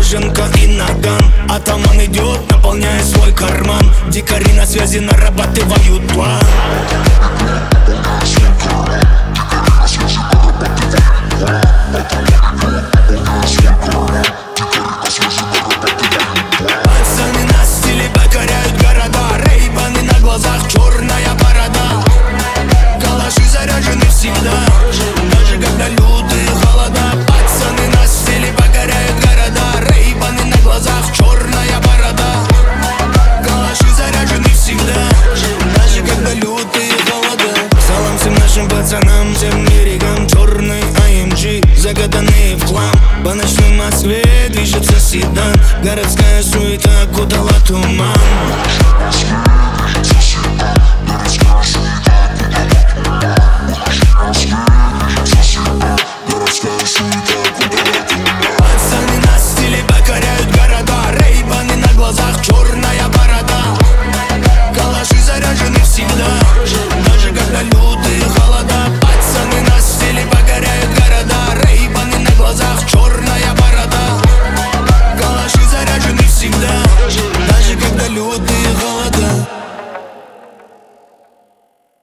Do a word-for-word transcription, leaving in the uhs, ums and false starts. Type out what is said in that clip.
ряженка и наган. Атаман идет, наполняя свой карман. Дикари на связи нарабатывают план. Пацаны на стиле покоряют города. Рейбаны на глазах, черная борода. Калаши заряжены всегда, даже когда лютые холода. Пацаны на стиле покоряют города. Рейбаны на глазах, черная борода. Калаши заряжены всегда, даже когда лютые холода. Салам всем нашим пацанам, всем берегам. Черный эй эм джи, загаданные в хлам. По ночной Москве движется седан. Городская суета окутала туман. Городская суета.